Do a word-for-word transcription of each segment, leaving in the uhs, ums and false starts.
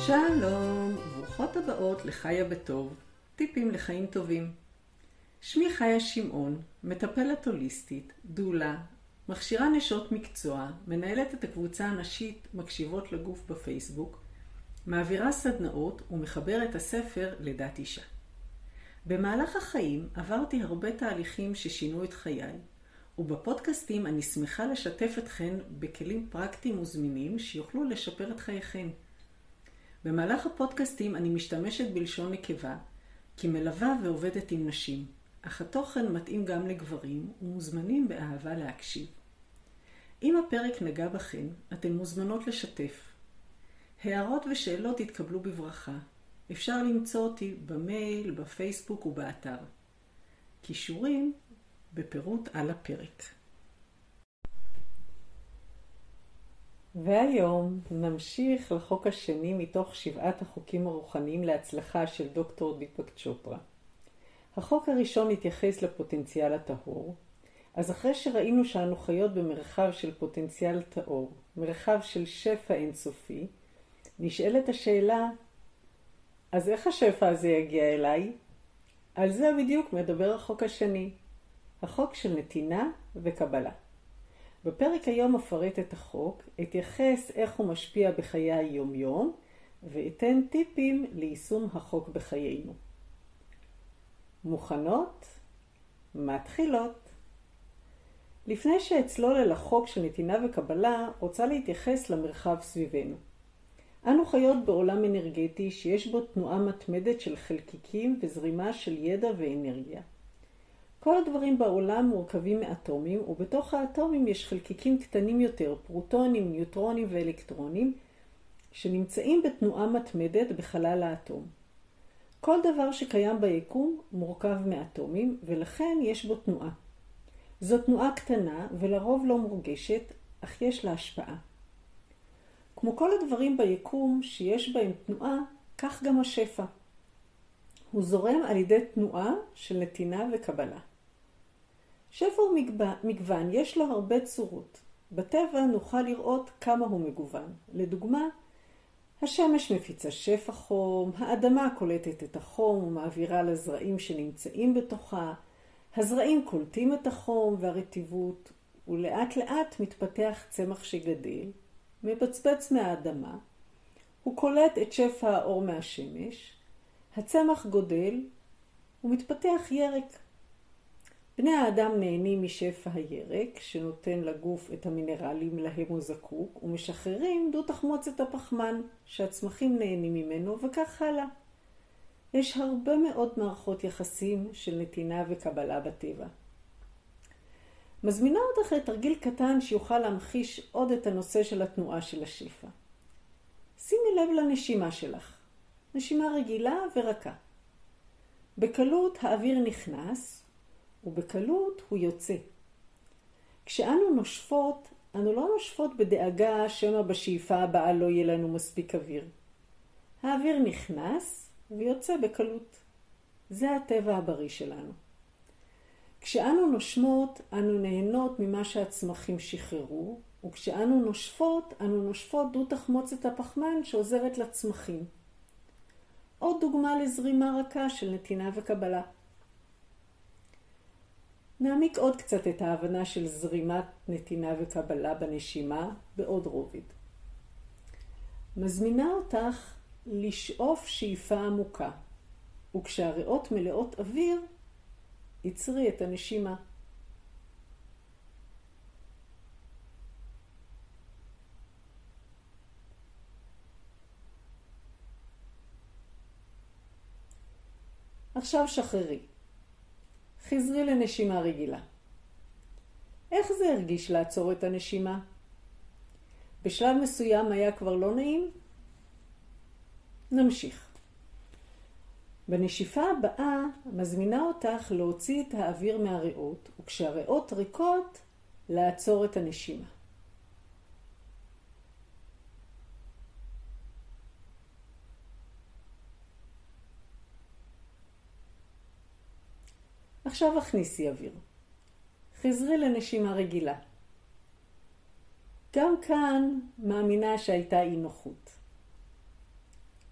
שלום, ברוכות הבאות לחיה בטוב, טיפים לחיים טובים. שמי חיה שמעון, מטפלת הוליסטית, דולה, מכשירה נשות מקצוע, מנהלת את הקבוצה הנשית מקשיבות לגוף בפייסבוק, מעבירה סדנאות ומחברת הספר לידת אישה. במהלך החיים עברתי הרבה תהליכים ששינו את חיי, ובפודקאסטים אני שמחה לשתף אתכן בכלים פרקטיים וזמינים שיוכלו לשפר את חייכן. במהלך הפודקאסטים אני משתמשת בלשון נקבה, כי מלווה ועובדת עם נשים, אך התוכן מתאים גם לגברים ומוזמנים באהבה להקשיב. אם הפרק נגע בכן, אתן מוזמנות לשתף. הערות ושאלות יתקבלו בברכה. אפשר למצוא אותי במייל, בפייסבוק ובאתר. קישורים בפירוט על הפרק. והיום נמשיך לחוק השני מתוך שבעת החוקים הרוחניים להצלחה של דוקטור דיפק צ'ופרה. החוק הראשון התייחס לפוטנציאל הטהור, אז אחרי שראינו שאנו חיות במרחב של פוטנציאל טהור, מרחב של שפע אינסופי, נשאלת השאלה, אז איך השפע הזה יגיע אליי? על זה בדיוק מדבר החוק השני, החוק של נתינה וקבלה. בפרק היום אפרט את החוק, אתייחס איך הוא משפיע בחיי היום-יום, ואתן טיפים ליישום החוק בחיינו. מוכנות? מתחילות. לפני שאצלול אל החוק של נתינה וקבלה, רוצה להתייחס למרחב סביבנו. אנו חיות בעולם אנרגטי שיש בו תנועה מתמדת של חלקיקים וזרימה של ידע ואנרגיה. כל הדברים בעולם מורכבים מאטומים, ובתוך האטומים יש חלקיקים קטנים יותר, פרוטונים, ניוטרונים ואלקטרונים, שנמצאים בתנועה מתמדת בחלל האטום. כל דבר שקיים ביקום מורכב מאטומים, ולכן יש בו תנועה. זו תנועה קטנה ולרוב לא מורגשת, אך יש לה השפעה. כמו כל הדברים ביקום שיש בהם תנועה, כך גם השפע. הוא זורם על ידי תנועה של נתינה וקבלה. שפע הוא מגוון, יש לו הרבה צורות. בטבע נוכל לראות כמה הוא מגוון. לדוגמה, השמש מפיצה שפע חום, האדמה קולטת את החום ומעבירה לזרעים שנמצאים בתוכה, הזרעים קולטים את החום והרטיבות, ולאט לאט מתפתח צמח שגדל, מבצבץ מהאדמה, הוא קולט את שפע האור מהשמש, הצמח גודל ומתפתח ירק. בני האדם נהנים משפע הירק, שנותן לגוף את המינרלים להם הוא זקוק, ומשחררים דו תחמוצת הפחמן, שהצמחים נהנים ממנו, וכך הלאה. יש הרבה מאוד מערכות יחסים של נתינה וקבלה בטבע. מזמינה אותך לתרגיל קטן שיוכל להמחיש עוד את הנושא של התנועה של השפע. שימי לב לנשימה שלך. נשימה רגילה ורכה. בקלות האוויר נכנס, ובקלות הוא יוצא. כשאנו נושפות, אנו לא נושפות בדאגה שמא בשאיפה הבאה לא יהיה לנו מספיק אוויר. האוויר נכנס ויוצא בקלות. זה הטבע הבריא שלנו. כשאנו נושמות, אנו נהנות ממה שהצמחים שחררו, וכשאנו נושפות, אנו נושפות דו תחמוצת הפחמן שעוזרת לצמחים. עוד דוגמה לזרימה רכה של נתינה וקבלה. נעמיק עוד קצת את ההבנה של זרימת נתינה וקבלה בנשימה בעוד רובד. מזמינה אותך לשאוף שאיפה עמוקה, וכשהריאות מלאות אוויר, יצרי את הנשימה. עכשיו שחררי. חזרי לנשימה רגילה. איך זה הרגיש לעצור את הנשימה? בשלב מסוים היה כבר לא נעים? נמשיך. בנשיפה הבאה מזמינה אותך להוציא את האוויר מהריאות, וכשהריאות ריקות, לעצור את הנשימה. עכשיו הכניסי אוויר. חזרי לנשימה רגילה. גם כאן מאמינה שהייתה אי נוחות.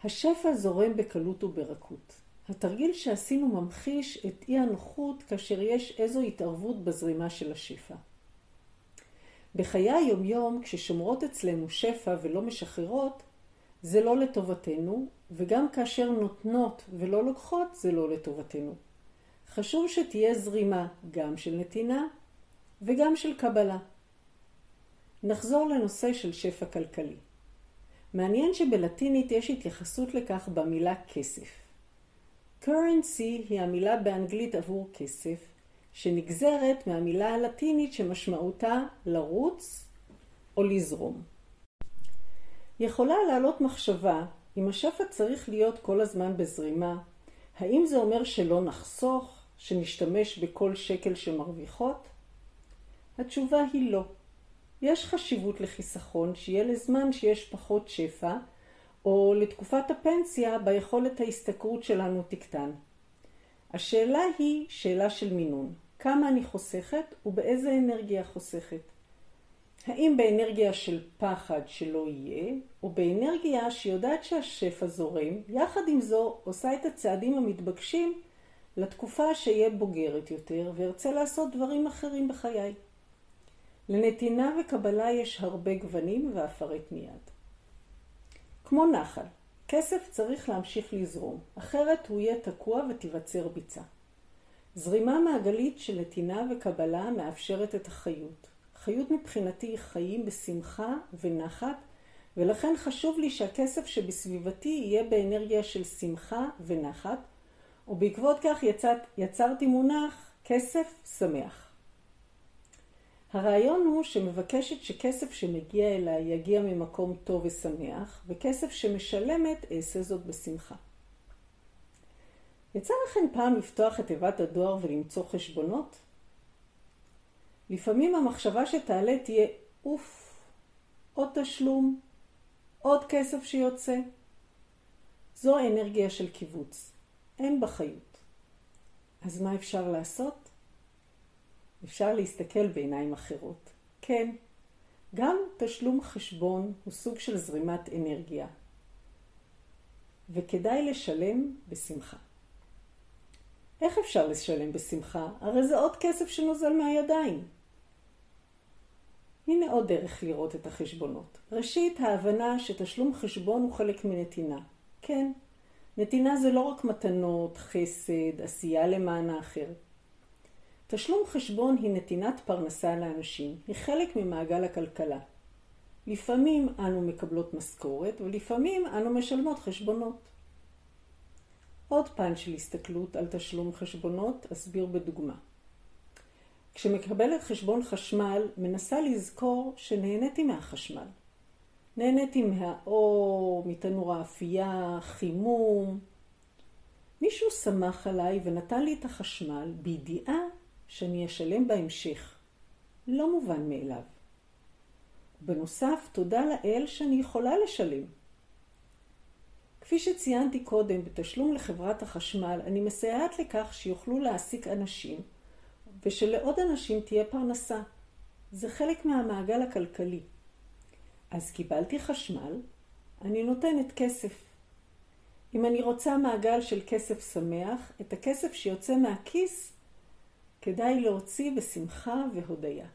השפע זורם בקלות וברכות. התרגיל שעשינו ממחיש את אי הנוחות כאשר יש איזו התערבות בזרימה של השפע. בחיי היום-יום, כששומרות אצלנו שפע ולא משחררות, זה לא לטובתנו, וגם כאשר נותנות ולא לוקחות, זה לא לטובתנו. חשוב שתהיה זרימה גם של נתינה וגם של קבלה. נחזור לנושא של שפע כלכלי. מעניין שבלטינית יש התייחסות לכך במילה כסף. currency היא המילה באנגלית עבור כסף, שנגזרת מהמילה הלטינית שמשמעותה לרוץ או לזרום. יכולה לעלות מחשבה, אם השפע צריך להיות כל הזמן בזרימה, האם זה אומר שלא נחסוך, שנשתמש בכל שקל שמרוויחות? התשובה היא לא. יש חשיבות לחיסכון שיהיה לזמן שיש פחות שפע, או לתקופת הפנסיה ביכולת ההשתכרות שלנו תקטן. השאלה היא שאלה של מינון. כמה אני חוסכת ובאיזה אנרגיה חוסכת? האם באנרגיה של פחד שלא יהיה, או באנרגיה שיודעת שהשפע זורם, יחד עם זו עושה את הצעדים המתבקשים לתקופה שיהיה בוגרת יותר וירצה לעשות דברים אחרים בחיי. לנתינה וקבלה יש הרבה גוונים ואפרט מיד. כמו נחל, כסף צריך להמשיך לזרום, אחרת הוא יהיה תקוע ותיווצר ביצה. זרימה מעגלית של נתינה וקבלה מאפשרת את החיות. חיות מבחינתי היא חיים בשמחה ונחת, ולכן חשוב לי שהכסף שבסביבתי יהיה באנרגיה של שמחה ונחת, ובעקבות כך יצאת, יצרתי מונח כסף שמח. הרעיון הוא שמבקשת שכסף שמגיע אליי יגיע ממקום טוב ושמח, וכסף שמשלמת אעשה זאת בשמחה. יצא לכם פעם לפתוח את תיבת הדואר ולמצוא חשבונות? לפעמים המחשבה שתעלה תהיה אוף, עוד תשלום, עוד כסף שיוצא. זו האנרגיה של קיבוץ, אין בחיות. אז מה אפשר לעשות? אפשר להסתכל בעיניים אחרות. כן, גם תשלום חשבון הוא סוג של זרימת אנרגיה, וכדאי לשלם בשמחה. איך אפשר לשלם בשמחה? הרי זה עוד כסף שנוזל מהידיים. הנה עוד דרך לראות את החשבונות. ראשית, ההבנה שתשלום חשבון הוא חלק מנתינה. כן, נתינה זה לא רק מתנות, חסד, עשייה למען האחר. תשלום חשבון היא נתינת פרנסה לאנשים, היא חלק ממעגל הכלכלה. לפעמים אנו מקבלות משכורת ולפעמים אנו משלמות חשבונות. עוד פן של הסתכלות על תשלום חשבונות אסביר בדוגמה. כשמקבלת חשבון חשמל, מנסה לזכור שנהניתי מהחשמל. נהניתי מהאור, מתנור האפייה, חימום. מישהו שמח עליי ונתן לי את החשמל בידיעה שאני אשלם בהמשך. לא מובן מאליו. בנוסף, תודה לאל שאני יכולה לשלם. כפי שציינתי קודם, בתשלום לחברת החשמל, אני מסייעת לכך שיוכלו להעסיק אנשים, ושלעוד אנשים תהיה פרנסה. זה חלק מהמעגל הכלכלי. אז קיבלתי חשמל, אני נותנת כסף. אם אני רוצה מעגל של כסף שמח, את הכסף שיוצא מהכיס, כדאי להוציא בשמחה והודיה.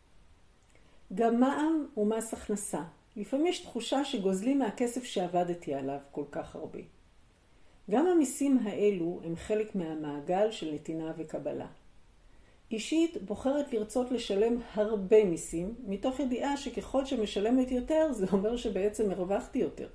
גם מע"מ הוא מס הכנסה. לפעמים יש תחושה שגוזלים מהכסף שעבדתי עליו כל כך הרבה. גם המיסים האלו הם חלק מהמעגל של נתינה וקבלה. אישית בוחרת לרצות לשלם הרבה מיסים, מתוך ידיעה שככל שמשלמת יותר, זה אומר שבעצם הרווחתי יותר.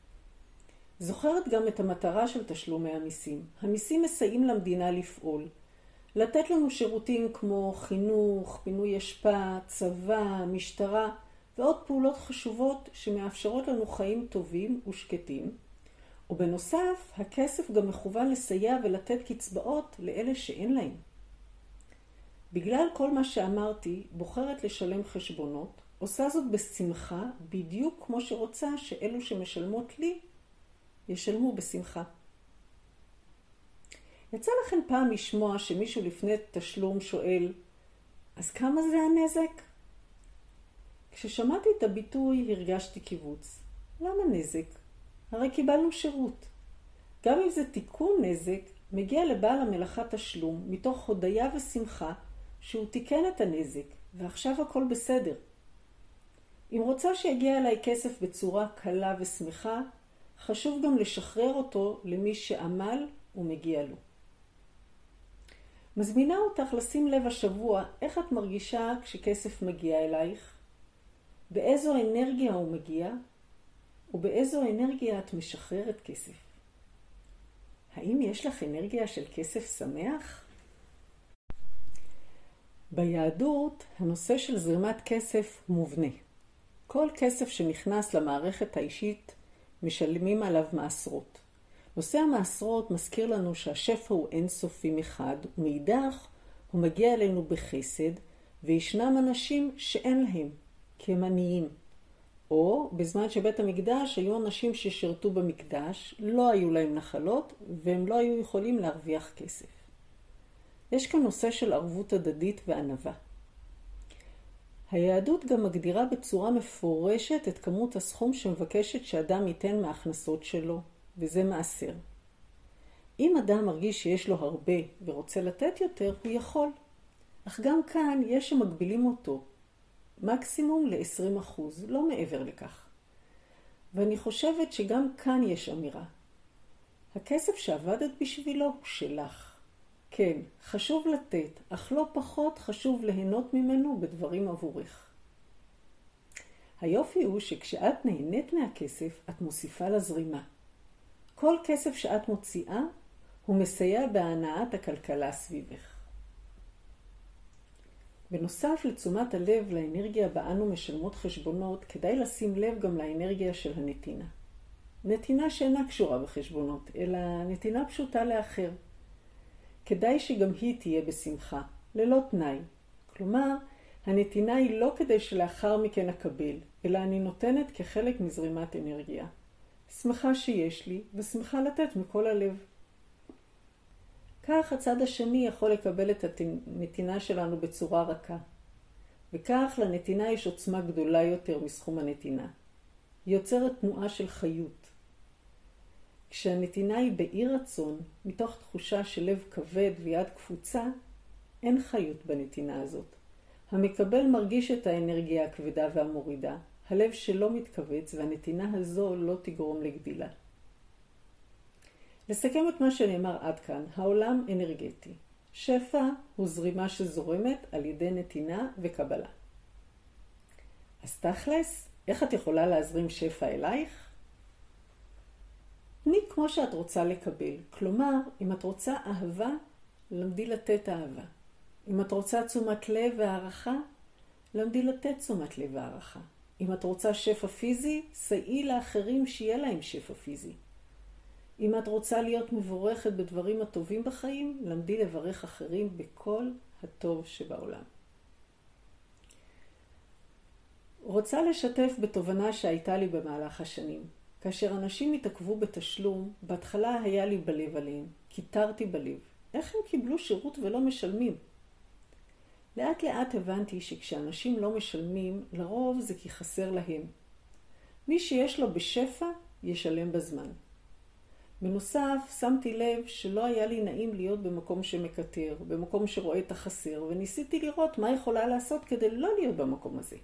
זוכרת גם את המטרה של תשלומי המיסים. המיסים מסייעים למדינה לפעול. לתת לנו שירותים כמו חינוך, פינוי אשפה, צבא, משטרה, ועוד פעולות חשובות שמאפשרות לנו חיים טובים ושקטים. ובנוסף, הכסף גם מכוון לסייע ולתת קצבאות לאלה שאין להם. בגלל כל מה שאמרתי, בוחרת לשלם חשבונות, עושה זאת בשמחה, בדיוק כמו שרוצה שאלו שמשלמות לי ישלמו בשמחה. יצא לכם פעם לשמוע שמישהו לפני תשלום שואל, אז כמה זה הנזק? כששמעתי את הביטוי הרגשתי קיבוץ. למה נזק? הרי קיבלנו שירות. גם אם זה תיקון נזק, מגיע לבעל המלאכה תשלום מתוך הודיה ושמחה שהוא תיקן את הנזק, ועכשיו הכל בסדר. אם רוצה שיגיע אליי כסף בצורה קלה ושמחה, חשוב גם לשחרר אותו למי שעמל ומגיע לו. מזמינה אותך לשים לב השבוע איך את מרגישה כשכסף מגיע אלייך, באיזו אנרגיה הוא מגיע, ובאיזו אנרגיה את משחררת כסף. האם יש לך אנרגיה של כסף שמח? ביהדות, הנושא של זרימת כסף מובנה. כל כסף שנכנס למערכת האישית משלמים עליו מעשרות. נושא המעשרות מזכיר לנו שהשפע הוא אינסופי מחד, ומאידך הוא מגיע אלינו בחסד, וישנם אנשים שאין להם, כי הם עניים. או בזמן שבית המקדש היו אנשים ששירתו במקדש, לא היו להם נחלות, והם לא היו יכולים להרוויח כסף. יש כאן נושא של ערבות הדדית וענווה. היהדות גם מגדירה בצורה מפורשת את כמות הסכום שמבקשת שאדם ייתן מההכנסות שלו, וזה מעשר. אם אדם מרגיש שיש לו הרבה ורוצה לתת יותר, הוא יכול. אך גם כאן יש שמגבילים אותו, מקסימום ל-עשרים אחוז, לא מעבר לכך. ואני חושבת שגם כאן יש אמירה. הכסף שעבדת בשבילו הוא שלך. כן, חשוב לתת, אך לא פחות חשוב ליהנות ממנו בדברים עבורך. היופי הוא שכשאת נהנית מהכסף, את מוסיפה לזרימה. כל כסף שאת מוציאה, הוא מסייע בהנעת הכלכלה סביבך. בנוסף לתשומת הלב לאנרגיה בה אנו משלמות חשבונות, כדאי לשים לב גם לאנרגיה של הנתינה. נתינה שאינה קשורה בחשבונות, אלא נתינה פשוטה לאחר. כדאי שגם היא תהיה בשמחה, ללא תנאי. כלומר, הנתינה היא לא כדי שלאחר מכן אקבל, אלא אני נותנת כחלק מזרימת אנרגיה. שמחה שיש לי, ושמחה לתת מכל הלב. כך הצד השני יכול לקבל את הנתינה שלנו בצורה רכה. וכך לנתינה יש עוצמה גדולה יותר מסכום הנתינה. היא יוצרת תנועה של חיות. כשהנתינה היא באי רצון, מתוך תחושה של לב כבד ויד קפוצה, אין חיות בנתינה הזאת. המקבל מרגיש את האנרגיה הכבדה והמורידה. הלב שלא מתכווץ והנתינה הזו לא תגרום לגדילה. לסכם את מה שנאמר עד כאן, העולם אנרגטי. שפע הוא זרימה שזורמת על ידי נתינה וקבלה. אז תכלס, איך את יכולה להזרים שפע אלייך? תני כמו שאת רוצה לקבל. כלומר, אם את רוצה אהבה, למדי לתת אהבה. אם את רוצה תשומת לב והערכה, למדי לתת תשומת לב והערכה. אם את רוצה שפע פיזי, סייעי לאחרים שיהיה להם שפע פיזי. אם את רוצה להיות מבורכת בדברים הטובים בחיים, למדי לברך אחרים בכל הטוב שבעולם. רוצה לשתף בתובנה שהייתה לי במהלך השנים. כאשר אנשים התעכבו בתשלום, בהתחלה היה לי בלב עליהם, קיטרתי בלב. איך הם קיבלו שירות ולא משלמים? לאט לאט הבנתי שכשאנשים לא משלמים, לרוב זה כי חסר להם. מי שיש לו בשפע, ישלם בזמן. בנוסף, שמתי לב שלא היה לי נעים להיות במקום שמקטר, במקום שרואה את החסר, וניסיתי לראות מה יכולה לעשות כדי לא להיות במקום הזה.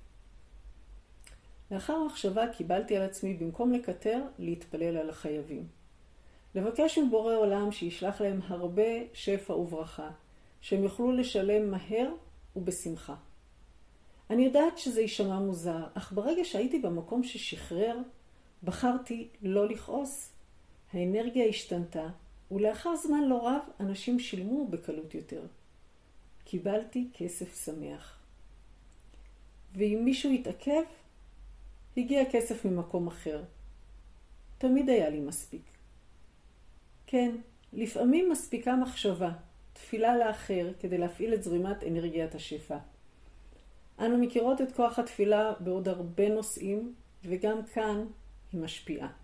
לאחר מחשבה קיבלתי על עצמי במקום לקטר, להתפלל על החייבים. לבקש מבורא עולם שישלח להם הרבה שפע וברכה, שהם יוכלו לשלם מהר ובשמחה. אני יודעת שזה יישמע מוזר, אך ברגע שהייתי במקום ששחרר, בחרתי לא לכעוס. האנרגיה השתנתה, ולאחר זמן לא רב אנשים שילמו בקלות יותר. קיבלתי כסף שמח. ואם מישהו יתעכב, הגיע כסף ממקום אחר. תמיד היה לי מספיק. כן, לפעמים מספיקה מחשבה, תפילה לאחר כדי להפעיל את זרימת אנרגיית השפע. אנו מכירות את כוח התפילה בעוד הרבה נושאים, וגם כאן היא משפיעה.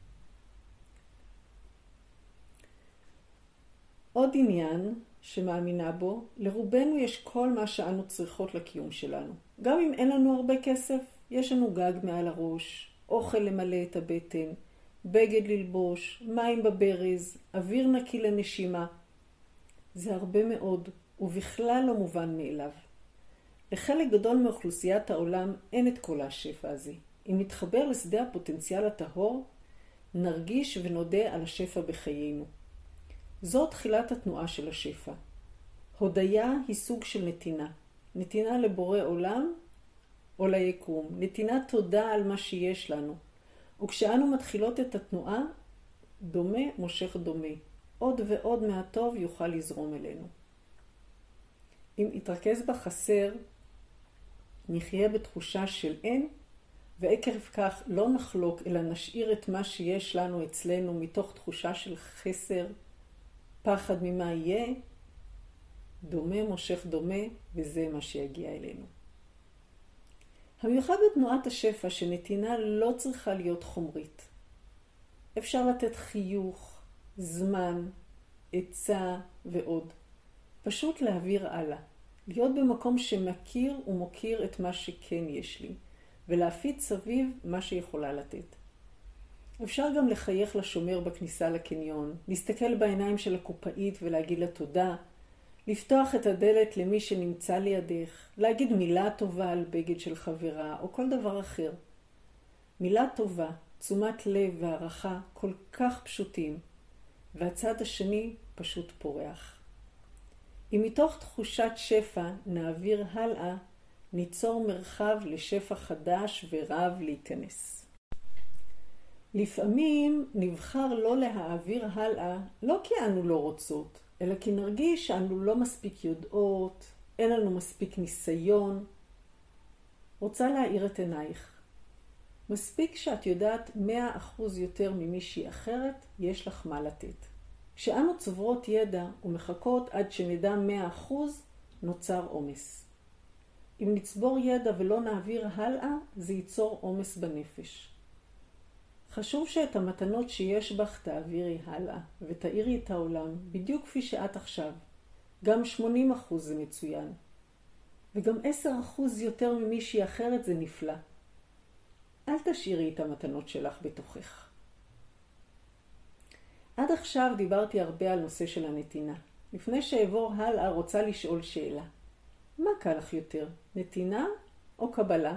עוד עניין שמאמינה בו, לרובנו יש כל מה שאנו צריכות לקיום שלנו. גם אם אין לנו הרבה כסף, יש לנו גג מעל הראש, אוכל למלא את הבטן, בגד ללבוש, מים בברז, אוויר נקי לנשימה. זה הרבה מאוד, ובכלל לא מובן מאליו. לחלק גדול מאוכלוסיית העולם אין את כל השפע הזה. אם נתחבר לשדה הפוטנציאל הטהור, נרגיש ונודה על השפע בחיינו. זו תחילת התנועה של השפע. הודיה היא סוג של נתינה. נתינה לבורא עולם או ליקום. נתינת תודה על מה שיש לנו. וכשאנו מתחילות את התנועה, דומה מושך דומה. עוד ועוד מהטוב יוכל לזרום אלינו. אם יתרכז בחסר, נחיה בתחושה של אין, ועקב כך לא נחלוק, אלא נשאיר את מה שיש לנו אצלנו מתוך תחושה של חסר, פחד ממה יהיה, דומה מושך דומה, וזה מה שיגיע אלינו. המיוחד בתנועת השפע שנתינה לא צריכה להיות חומרית. אפשר לתת חיוך, זמן, עצה ועוד. פשוט להעביר הלאה. להיות במקום שמכיר ומוקיר את מה שכן יש לי, ולהפיץ סביב מה שיכולה לתת. אפשר גם לחייך לשומר בכניסה לקניון, להסתכל בעיניים של הקופאית ולהגיד לה תודה, לפתוח את הדלת למי שנמצא לידך, להגיד מילה טובה על בגד של חברה או כל דבר אחר. מילה טובה, תשומת לב והערכה כל כך פשוטים, והצד השני פשוט פורח. אם מתוך תחושת שפע נעביר הלאה, ניצור מרחב לשפע חדש ורב להיכנס. לפעמים נבחר לא להעביר הלאה, לא כי אנו לא רוצות, אלא כי נרגיש שאנו לא מספיק יודעות, אין לנו מספיק ניסיון. רוצה להאיר את עינייך. מספיק שאת יודעת מאה אחוז יותר ממישהי אחרת, יש לך מה לתת. כשאנו צוברות ידע ומחכות עד שנדע מאה אחוז, נוצר עומס. אם נצבור ידע ולא נעביר הלאה, זה ייצור עומס בנפש. חשוב שאת המתנות שיש בך תעבירי הלאה, ותאירי את העולם, בדיוק כפי שאת עכשיו. גם שמונים אחוז זה מצוין. וגם עשרה אחוז יותר ממישהי אחרת זה נפלא. אל תשאירי את המתנות שלך בתוכך. עד עכשיו דיברתי הרבה על נושא של הנתינה. לפני שאעבור הלאה רוצה לשאול שאלה. מה קל לך יותר, נתינה או קבלה?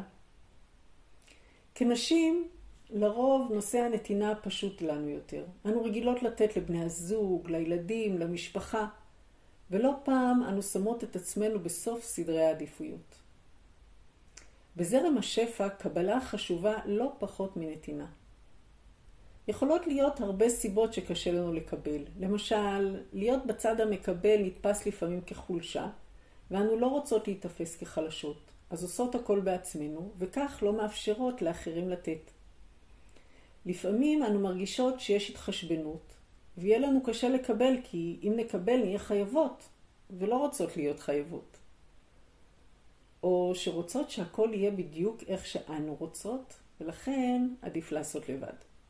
כנשים, לרוב נושא הנתינה פשוט לנו יותר. אנו רגילות לתת לבני הזוג, לילדים, למשפחה, ולא פעם אנו שמות את עצמנו בסוף סדרי העדיפויות. בזרם השפע, קבלה חשובה לא פחות מנתינה. יכולות להיות הרבה סיבות שקשה לנו לקבל. למשל, להיות בצד המקבל נתפס לפעמים כחולשה, ואנו לא רוצות להתאפס כחלשות, אז עושות הכל בעצמנו, וכך לא מאפשרות לאחרים לתת. לפעמים אנו מרגישות שיש התחשבנות, ויהיה לנו קשה לקבל, כי אם נקבל נהיה חייבות, ולא רוצות להיות חייבות. או שרוצות שהכל יהיה בדיוק איך שאנו רוצות, ולכן עדיף לעשות לבד.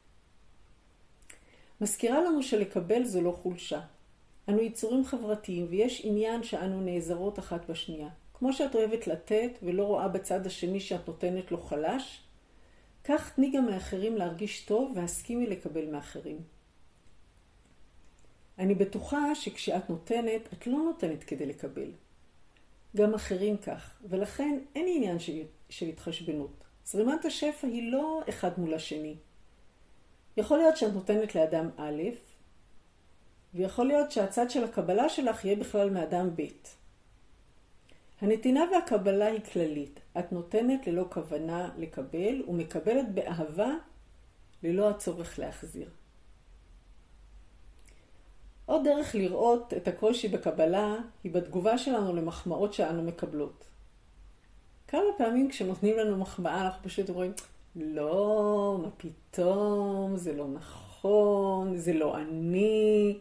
מזכירה לנו שלקבל זו לא חולשה. אנו יצורים חברתיים, ויש עניין שאנו נעזרות אחת בשנייה. כמו שאת אוהבת לתת ולא רואה בצד השני שאת נותנת לו חלש, כך תני גם לאחרים להרגיש טוב והסכימי לקבל מאחרים. אני בטוחה שכשאת נותנת, את לא נותנת כדי לקבל. גם אחרים כך, ולכן אין עניין של, של התחשבנות. זרימת השפע היא לא אחד מול השני. יכול להיות שאת נותנת לאדם א', ויכול להיות שהצד של הקבלה שלך יהיה בכלל מאדם ב'. הנתינה והקבלה היא כללית. את נותנת ללא כוונה לקבל ומקבלת באהבה ללא הצורך להחזיר. עוד דרך לראות את הקושי בקבלה היא בתגובה שלנו למחמאות שאנו מקבלות. כמה פעמים כשנותנים לנו מחמאה אנחנו פשוט רואים, לא, מה פתאום, זה לא נכון, זה לא אני.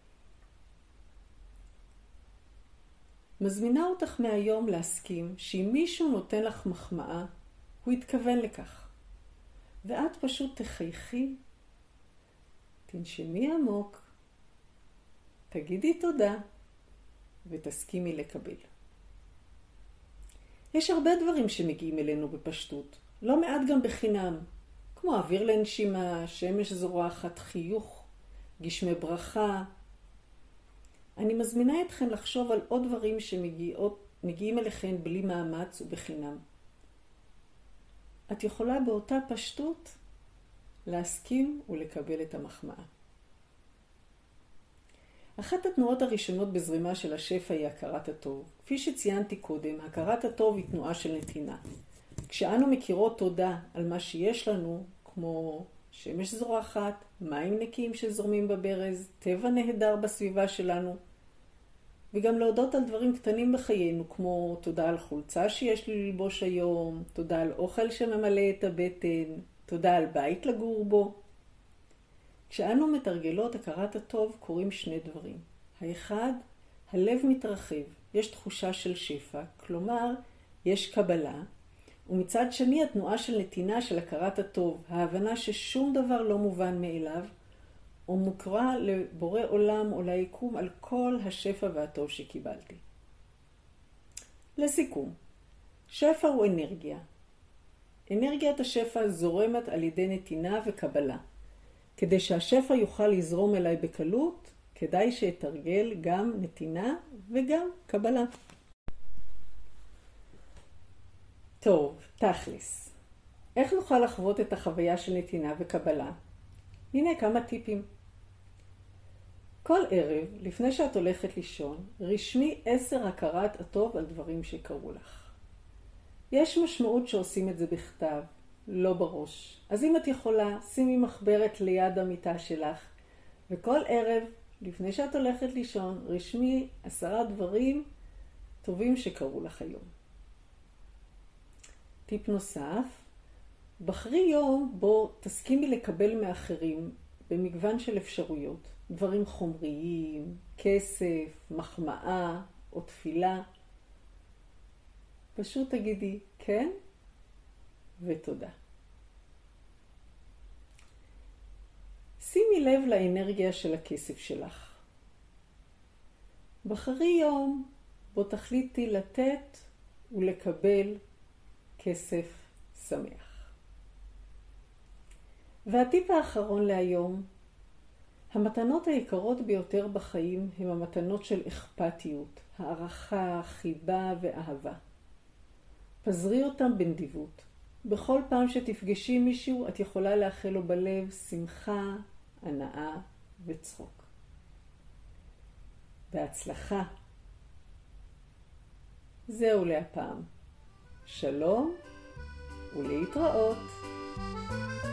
מזמינה אותך מהיום להסכים שאם מישהו נותן לך מחמאה, הוא יתכוון לכך. ואת פשוט תחייכי, תנשמי עמוק, תגידי תודה ותסכימי לקבל. יש הרבה דברים שמגיעים אלינו בפשטות, לא מעט גם בחינם, כמו אוויר לנשימה, שמש זורחת, חיוך, גשמי ברכה. אני מזמינה אתכם לחשוב על עוד דברים שמגיעים אליכם בלי מאמץ ובחינם. את יכולה באותה פשטות להסכים ולקבל את המחמאה. אחת התנועות הראשונות בזרימה של השפע היא הכרת הטוב. כפי שציינתי קודם, הכרת הטוב היא תנועה של נתינה. כשאנו מכירות תודה על מה שיש לנו, כמו שמש זורחת, מים נקיים שזורמים בברז, טבע נהדר בסביבה שלנו, וגם להודות על דברים קטנים בחיינו, כמו תודה על חולצה שיש לי ללבוש היום, תודה על אוכל שממלא את הבטן, תודה על בית לגור בו. כשאנו מתרגלות הכרת הטוב קורים שני דברים. האחד, הלב מתרחב, יש תחושה של שפע, כלומר יש קבלה, ומצד שני התנועה של נתינה של הכרת הטוב, ההבנה ששום דבר לא מובן מאליו, או מוקרא לבורא עולם או ליקום על כל השפע והטוב שקיבלתי. לסיכום, שפע הוא אנרגיה. אנרגיית השפע זורמת על ידי נתינה וקבלה. כדי שהשפע יוכל לזרום אליי בקלות, כדאי שאתרגל גם נתינה וגם קבלה. טוב, תכלס. איך נוכל לחוות את החוויה של נתינה וקבלה? הנה כמה טיפים. כל ערב, לפני שאת הולכת לישון, רשמי עשר הכרת הטוב על דברים שקרו לך. יש משמעות שעושים את זה בכתב, לא בראש. אז אם את יכולה, שימי מחברת ליד המיטה שלך, וכל ערב, לפני שאת הולכת לישון, רשמי עשרה דברים טובים שקרו לך היום. טיפ נוסף, בחרי יום בו תסכימי לקבל מאחרים במגוון של אפשרויות, דברים חומריים, כסף, מחמאה או תפילה. פשוט תגידי כן ותודה. שימי לב לאנרגיה של הכסף שלך. בחרי יום בו תחליטי לתת ולקבל כסף שמח. והטיפ האחרון להיום, המתנות היקרות ביותר בחיים הם המתנות של אכפתיות, הערכה, חיבה ואהבה. פזרי אותם בנדיבות. בכל פעם שתפגשי מישהו, את יכולה לאחל לו בלב שמחה, הנאה וצחוק. בהצלחה. זהו להפעם. שלום ולהתראות.